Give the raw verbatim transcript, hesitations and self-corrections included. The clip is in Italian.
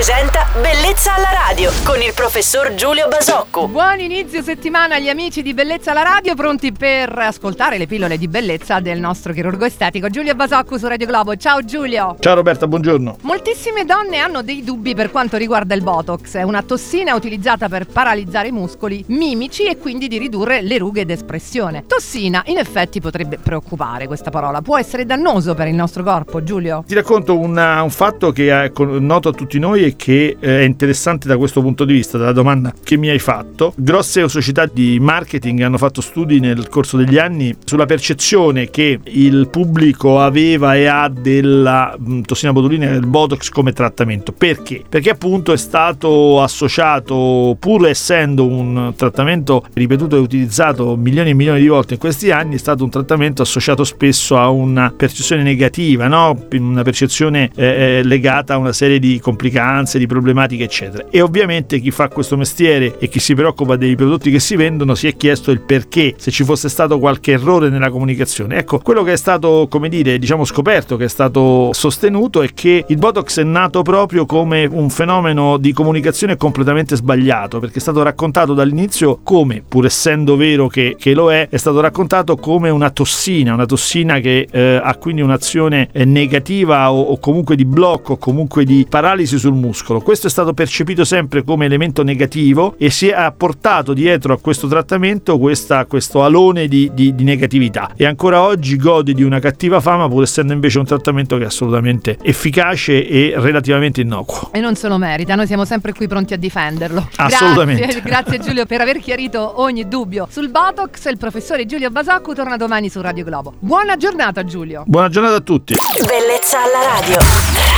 presenta Bellezza alla radio con il professor Giulio Basocco. Buon inizio settimana agli amici di Bellezza alla radio, pronti per ascoltare le pillole di bellezza del nostro chirurgo estetico Giulio Basocco su Radio Globo. Ciao Giulio. Ciao Roberta, buongiorno. Moltissime donne hanno dei dubbi per quanto riguarda il Botox. È una tossina utilizzata per paralizzare i muscoli mimici e quindi di ridurre le rughe d'espressione. Tossina, in effetti potrebbe preoccupare questa parola. Può essere dannoso per il nostro corpo, Giulio? Ti racconto una, un fatto che è noto a tutti noi e che è interessante da questo punto di vista, dalla domanda che mi hai fatto. Grosse società di marketing hanno fatto studi nel corso degli anni sulla percezione che il pubblico aveva e ha della tossina botulina e del Botox come trattamento. Perché? Perché appunto è stato associato, pur essendo un trattamento ripetuto e utilizzato milioni e milioni di volte in questi anni, è stato un trattamento associato spesso a una percezione negativa, no? Una percezione eh, legata a una serie di complicanze, di problematiche eccetera. E ovviamente chi fa questo mestiere e chi si preoccupa dei prodotti che si vendono si è chiesto il perché, se ci fosse stato qualche errore nella comunicazione. Ecco, quello che è stato, come dire, diciamo scoperto, che è stato sostenuto, è che il Botox è nato proprio come un fenomeno di comunicazione completamente sbagliato, perché è stato raccontato dall'inizio come, pur essendo vero che, che lo è, è stato raccontato come una tossina, una tossina che eh, ha quindi un'azione eh, negativa o, o comunque di blocco, o comunque di paralisi sul muscolo. Questo è stato percepito sempre come elemento negativo e si è portato dietro a questo trattamento questa, questo alone di, di, di negatività, e ancora oggi gode di una cattiva fama, pur essendo invece un trattamento che è assolutamente efficace e relativamente innocuo. E non se lo merita, noi siamo sempre qui pronti a difenderlo. Assolutamente. Grazie, grazie Giulio per aver chiarito ogni dubbio sul Botox. Il professore Giulio Basocco torna domani su Radio Globo. Buona giornata Giulio. Buona giornata a tutti. Bellezza alla radio.